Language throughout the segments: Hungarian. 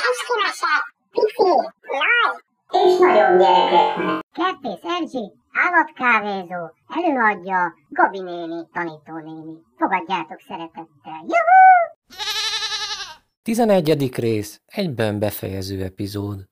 Eskimese, pici, nagy, és nagyon gyerekek. Kertész Erzsi, állatkávézó, előadja Gabi néni, tanítónéni. Fogadjátok szeretettel. Juhú! 11. rész, egyben befejező epizód.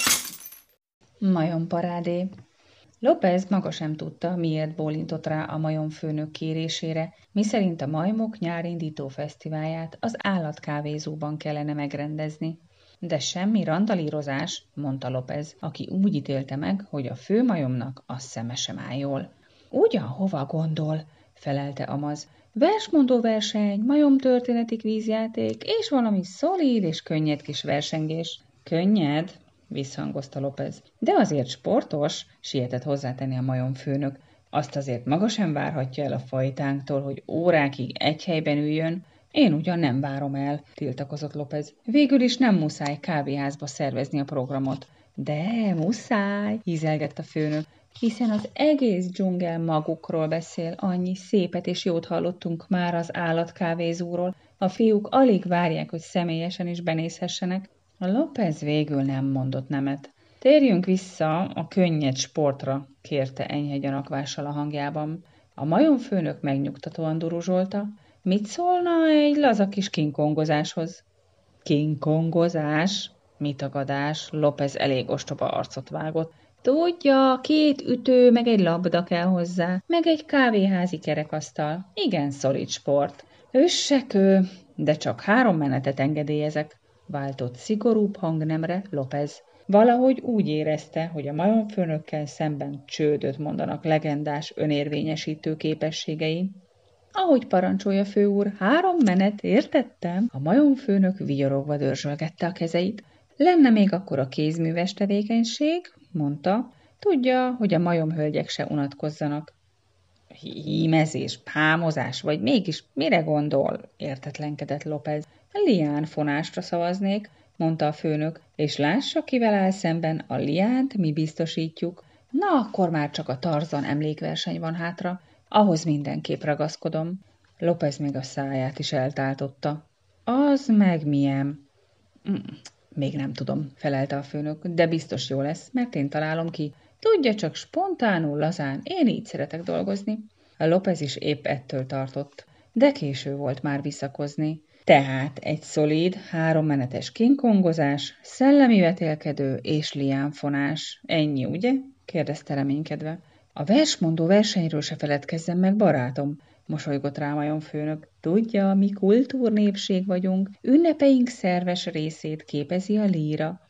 Majomparádé. López maga sem tudta, miért bólintott rá a majomfőnök kérésére, miszerint a majmok nyárindító fesztiválját az állatkávézóban kellene megrendezni. De semmi randalírozás, mondta López, aki úgy ítélte meg, hogy a főmajomnak a szeme sem áll jól. Ugyan hova gondol, felelte Amaz. Versmondó verseny, majomtörténeti kvízjáték, és valami szolíd és könnyed kis versengés. Könnyed? Visszhangozta López. De azért sportos, sietett hozzátenni a majomfőnök. Azt azért maga sem várhatja el a fajtánktól, hogy órákig egy helyben üljön. Én ugyan nem várom el, tiltakozott López. Végül is nem muszáj kávéházba szervezni a programot. De muszáj, hízelgett a főnök, hiszen az egész dzsungel magukról beszél, annyi szépet és jót hallottunk már az állatkávézóról. A fiúk alig várják, hogy személyesen is benézhessenek. A López végül nem mondott nemet. Térjünk vissza a könnyed sportra, kérte enyhe gyanakvással a hangjában. A majomfőnök megnyugtatóan duruzsolta. Mit szólna egy laza kis kingkongozáshoz? Kingkongozás? Mi tagadás? López elég ostoba arcot vágott. Tudja, 2 ütő, meg egy labda kell hozzá, meg egy kávéházi kerekasztal. Igen, szolid sport. Üssekő, de csak 3 menetet engedélyezek, váltott szigorúbb hangnemre López. Valahogy úgy érezte, hogy a majomfőnökkel szemben csődöt mondanak legendás önérvényesítő képességei. Ahogy parancsolja, főúr, 3 menet, értettem? A majomfőnök vigyorogva dörzsölgette a kezeit. Lenne még akkor a kézműves tevékenység, mondta. Tudja, hogy a majomhölgyek se unatkozzanak. Hímezés, pámozás, vagy mégis mire gondol? Értetlenkedett López. Liánfonásra szavaznék, mondta a főnök, és lássa, kivel áll szemben, a liánt mi biztosítjuk. Na, akkor már csak a Tarzan emlékverseny van hátra. Ahhoz mindenképp ragaszkodom. López még a száját is eltáltotta. Az meg milyen? Még nem tudom, felelte a főnök, de biztos jó lesz, mert én találom ki. Tudja, csak spontánul, lazán, én így szeretek dolgozni. A López is épp ettől tartott, de késő volt már visszakozni. Tehát egy szolíd, 3 menetes kingkongozás, szellemi vetélkedő és liánfonás. Ennyi, ugye? Kérdezte reménykedve. A versmondó versenyről se feledkezzen meg, barátom, mosolygott rá majomfőnök. Tudja, mi kultúrnépség vagyunk, ünnepeink szerves részét képezi a líra.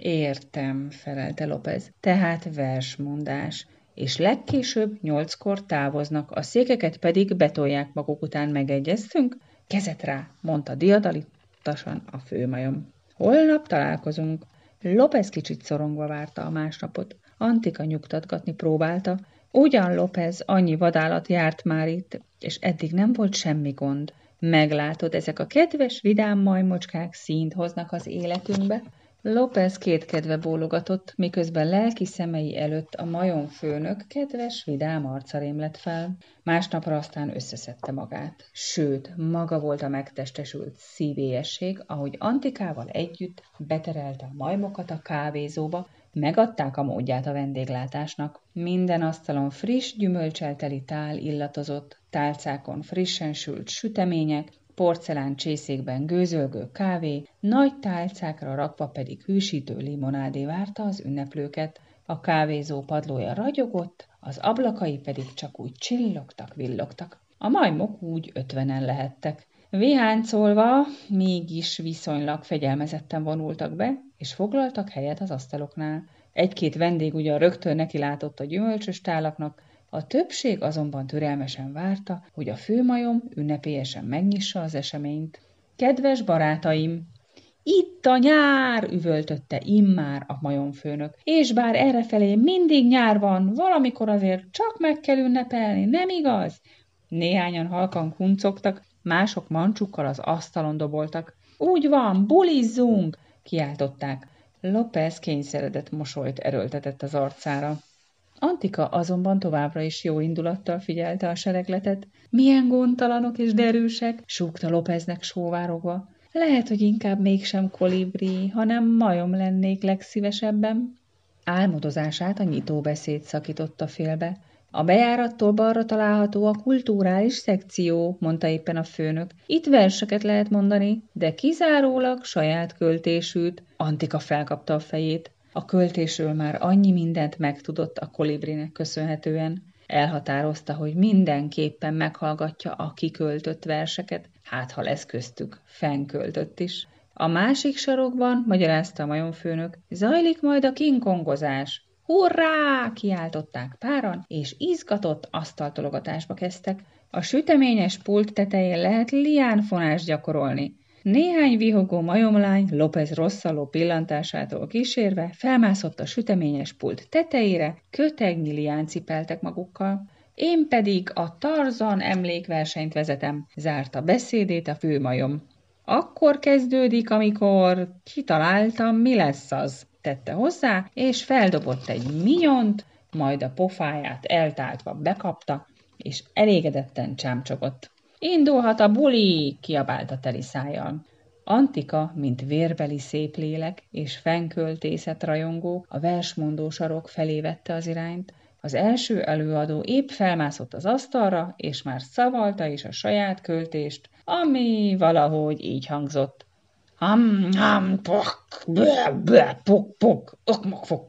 Értem, felelte López. Tehát versmondás. És legkésőbb 8-kor távoznak, a székeket pedig betolják maguk után, megegyeztünk? Kezet rá, mondta diadalittasan a főmajom. Holnap találkozunk. López kicsit szorongva várta a másnapot. Antika nyugtatgatni próbálta. Ugyan López, annyi vadállat járt már itt, és eddig nem volt semmi gond. Meglátod, ezek a kedves, vidám majmocskák színt hoznak az életünkbe. López kétkedve bólogatott, miközben lelki szemei előtt a majomfőnök kedves, vidám arca rémlett fel. Másnapra aztán összeszedte magát. Sőt, maga volt a megtestesült szívélyesség, ahogy Antikával együtt beterelte a majmokat a kávézóba, megadták a módját a vendéglátásnak. Minden asztalon friss gyümölccsel teli tál illatozott, tálcákon frissen sült sütemények, porcelán csészékben gőzölgő kávé, nagy tálcákra rakva pedig hűsítő limonádé várta az ünneplőket. A kávézó padlója ragyogott, az ablakai pedig csak úgy csillogtak, villogtak. A majmok úgy 50-en lehettek. Viháncolva, mégis viszonylag fegyelmezetten vonultak be, és foglaltak helyet az asztaloknál. 1-2 vendég ugyan rögtön nekilátott a gyümölcsös tálaknak, a többség azonban türelmesen várta, hogy a főmajom ünnepélyesen megnyissa az eseményt. Kedves barátaim! Itt a nyár! Üvöltötte immár a majomfőnök. És bár errefelé mindig nyár van, valamikor azért csak meg kell ünnepelni, nem igaz? Néhányan halkan kuncogtak, mások mancsukkal az asztalon doboltak. Úgy van, bulizzunk! Kiáltották. López kényszeredett mosolyt erőltetett az arcára. Antika azonban továbbra is jó indulattal figyelte a seregletet. Milyen gondtalanok és derűsek, súgta Lópeznek sóvárogva. Lehet, hogy inkább mégsem kolibri, hanem majom lennék legszívesebben. Álmodozását a nyitóbeszéd szakította félbe. A bejárattól balra található a kulturális szekció, mondta éppen a főnök. Itt verseket lehet mondani, de kizárólag saját költésűt. Antika felkapta a fejét. A költésről már annyi mindent megtudott a kolibrinek köszönhetően. Elhatározta, hogy mindenképpen meghallgatja a kiköltött verseket, hát ha lesz köztük fennköltött is. A másik sarokban, magyarázta a majomfőnök, zajlik majd a kingkongozás. Hurrá! Kiáltották páran, és izgatott asztaltologatásba kezdtek. A süteményes pult tetején lehet liánfonást gyakorolni. Néhány vihogó majomlány López rosszalló pillantásától kísérve felmászott a süteményes pult tetejére, kötegnyi lián cipeltek magukkal. Én pedig a Tarzan emlékversenyt vezetem, zárta beszédét a főmajom. Akkor kezdődik, amikor kitaláltam, mi lesz az, tette hozzá, és feldobott egy minyont, majd a pofáját eltáltva bekapta, és elégedetten csámcsogott. Indulhat a buli, kiabálta teli szájjal. Antika, mint vérbeli szép lélek és fennköltészet rajongó, a versmondó sarok felé vette az irányt. Az első előadó épp felmászott az asztalra, és már szavalta is a saját költést, ami valahogy így hangzott. Pok, pok, pok, okmokfok.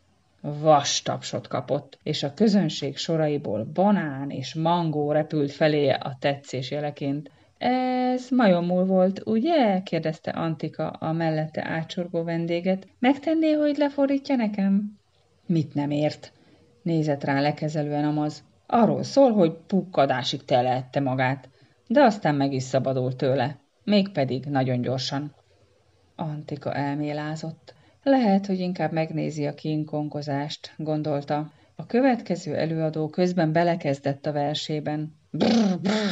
Vastapsot kapott, és a közönség soraiból banán és mangó repült feléje a tetszés jeleként. Ez majomul volt, ugye? Kérdezte Antika a mellette átsorgó vendéget. Megtenné, hogy lefordítja nekem? Mit nem ért? Nézett rá lekezelően Amaz. Arról szól, hogy pukkadásig telehette magát, de aztán meg is szabadult tőle, mégpedig nagyon gyorsan. Antika elmélázott. Lehet, hogy inkább megnézi a kingkongozást, gondolta. A következő előadó közben belekezdett a versében. Brr, brr,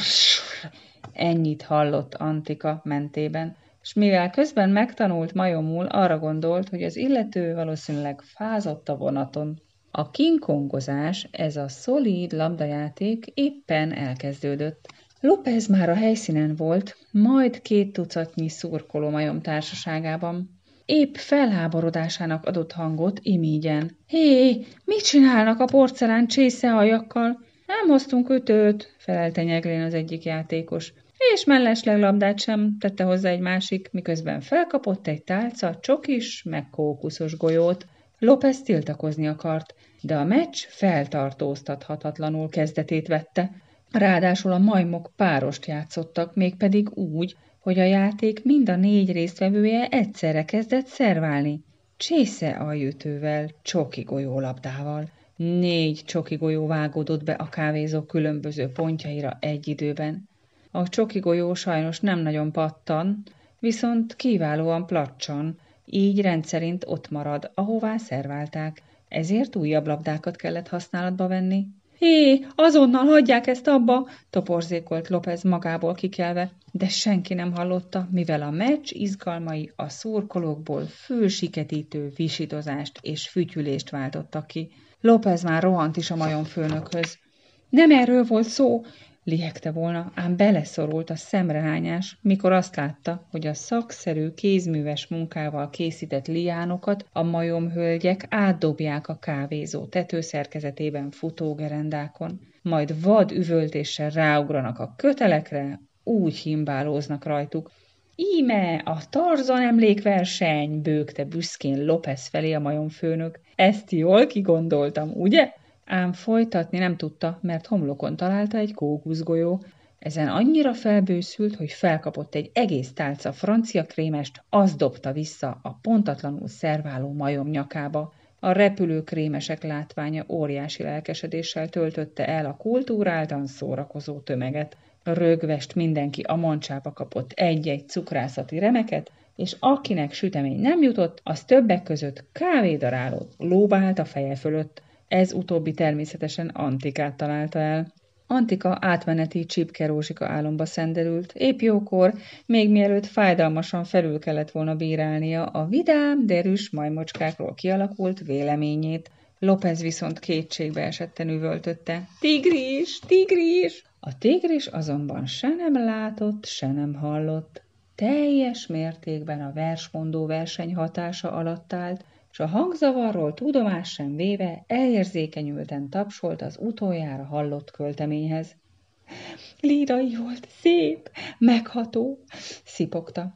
ennyit hallott Antika mentében, s mivel közben megtanult majomul, arra gondolt, hogy az illető valószínűleg fázott a vonaton. A kingkongozás, ez a szolíd labdajáték éppen elkezdődött. López már a helyszínen volt, majd 2 tucatnyi szurkoló majom társaságában. Épp felháborodásának adott hangot imígyen. Hé, mit csinálnak a porcelán csészehajakkal? Nem hoztunk ütőt, felelte nyeglén az egyik játékos. És mellesleg labdát sem, tette hozzá egy másik, miközben felkapott egy tálca csokis, meg kókuszos golyót. López tiltakozni akart, de a meccs feltartóztathatatlanul kezdetét vette. Ráadásul a majmok párost játszottak, mégpedig úgy, hogy a játék mind a 4 résztvevője egyszerre kezdett szerválni. Csésze aljütővel, csoki golyólabdával. 4 csoki golyó vágódott be a kávézó különböző pontjaira egy időben. A csoki golyó sajnos nem nagyon pattan, viszont kiválóan placsan, így rendszerint ott marad, ahová szerválták. Ezért újabb labdákat kellett használatba venni. Hé, azonnal hagyják ezt abba, toporzékolt López magából kikelve, de senki nem hallotta, mivel a meccs izgalmai a szurkolókból fülsiketítő visítozást és fütyülést váltottak ki. López már rohant is a majomfőnökhöz. Nem erről volt szó, lihegte volna, ám beleszorult a szemrehányás, mikor azt látta, hogy a szakszerű kézműves munkával készített liánokat a majomhölgyek átdobják a kávézó tetőszerkezetében futó gerendákon, majd vad üvöltéssel ráugranak a kötelekre, úgy himbálóznak rajtuk. Íme, a Tarzan emlékverseny, bőgte büszkén López felé a majomfőnök. Ezt jól kigondoltam, ugye? Ám folytatni nem tudta, mert homlokon találta egy kókuszgolyó. Ezen annyira felbőszült, hogy felkapott egy egész tálca francia krémest, azt dobta vissza a pontatlanul szerváló majom nyakába. A repülő krémesek látványa óriási lelkesedéssel töltötte el a kultúráltan szórakozó tömeget. Rögvest mindenki a mancsába kapott egy-egy cukrászati remeket, és akinek sütemény nem jutott, az többek között kávédarálót lóbált a feje fölött. Ez utóbbi természetesen Antikát találta el. Antika átmeneti Csipke Rózsika álomba szenderült, épp jókor, még mielőtt fájdalmasan felül kellett volna bírálnia a vidám, derűs majmocskákról kialakult véleményét. López viszont kétségbe esetten üvöltötte. Tigris, tigris! A tigris azonban se nem látott, se nem hallott. teljes mértékben a versmondó verseny hatása alatt állt, és a hangzavarról tudomást sem véve elérzékenyülten tapsolt az utoljára hallott költeményhez. Lírai volt, szép, megható, szipogta.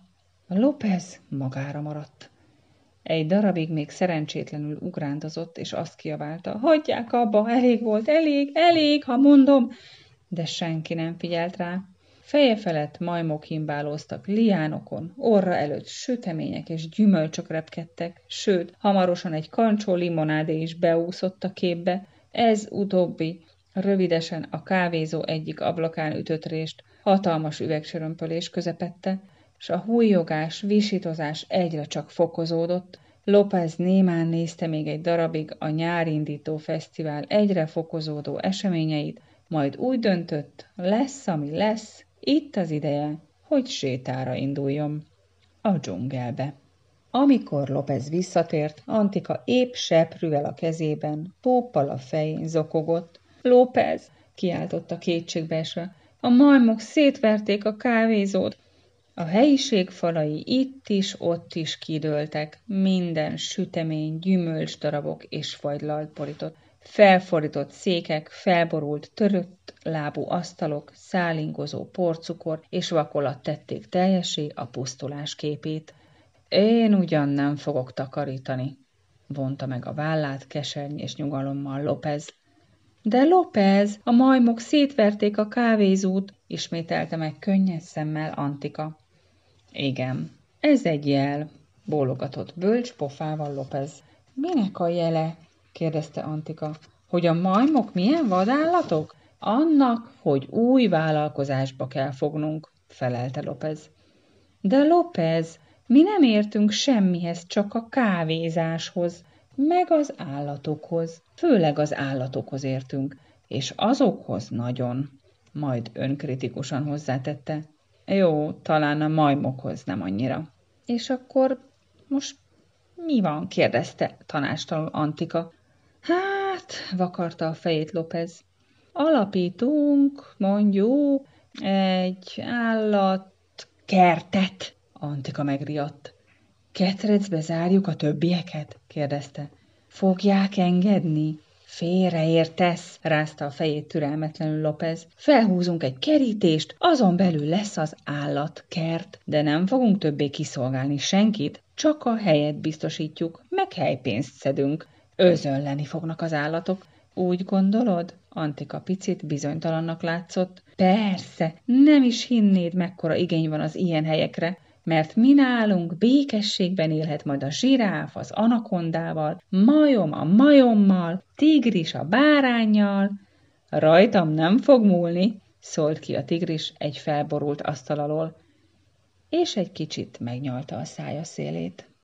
López magára maradt. Egy darabig még szerencsétlenül ugrándozott, és azt kiabálta, hagyják abba, elég volt, elég, ha mondom, de senki nem figyelt rá. Feje felett majmok himbálóztak liánokon, orra előtt sütemények és gyümölcsök repkedtek, sőt, hamarosan egy kancsó limonádé is beúszott a képbe. Ez utóbbi rövidesen a kávézó egyik ablakán ütött rést, hatalmas üvegsörömpölés közepette, s a hújjogás, visítozás egyre csak fokozódott. López némán nézte még egy darabig a nyárindító fesztivál egyre fokozódó eseményeit, majd úgy döntött, lesz, ami lesz, itt az ideje, hogy sétára induljon a dzsungelbe. Amikor López visszatért, Antika épp seprűvel a kezében, póppal a fején zokogott. López, kiáltotta kétségbeesve, a majmok szétverték a kávézót. A helyiség falai itt is, ott is kidőltek, minden sütemény, gyümölcsdarabok és fagylalt borított. Felfordított székek, felborult, törött lábú asztalok, szálingozó porcukor és vakolat tették teljessé a pusztulás képét. Én ugyan nem fogok takarítani, vonta meg a vállát keserny és nyugalommal López. De López, a majmok szétverték a kávézót, ismételte meg könnyes szemmel Antika. Igen, ez egy jel, bólogatott bölcs pofával López. Minek a jele? kérdezte Antika. Hogy a majmok milyen vadállatok? Annak, hogy új vállalkozásba kell fognunk, felelte López. De López, mi nem értünk semmihez, csak a kávézáshoz, meg az állatokhoz. Főleg az állatokhoz értünk, és azokhoz nagyon. Majd önkritikusan hozzátette. Jó, talán a majmokhoz nem annyira. És akkor most mi van? kérdezte tanástalanul Antika. Hát, vakarta a fejét López. Alapítunk, mondjuk, egy állatkertet. Antika megriadt. Ketrecbe zárjuk a többieket? kérdezte. Fogják engedni? Félreértesz, rázta a fejét türelmetlenül López. Felhúzunk egy kerítést, azon belül lesz az állatkert, de nem fogunk többé kiszolgálni senkit, csak a helyet biztosítjuk, meg helypénzt szedünk. Özönleni fognak az állatok. Úgy gondolod? Antika picit bizonytalannak látszott. Persze, nem is hinnéd, mekkora igény van az ilyen helyekre, mert mi nálunk békességben élhet majd a zsiráf az anakondával, majom a majommal, tigris a báránnyal. Rajtam nem fog múlni, szólt ki a tigris egy felborult asztal alól, és egy kicsit megnyalta a szája szélét.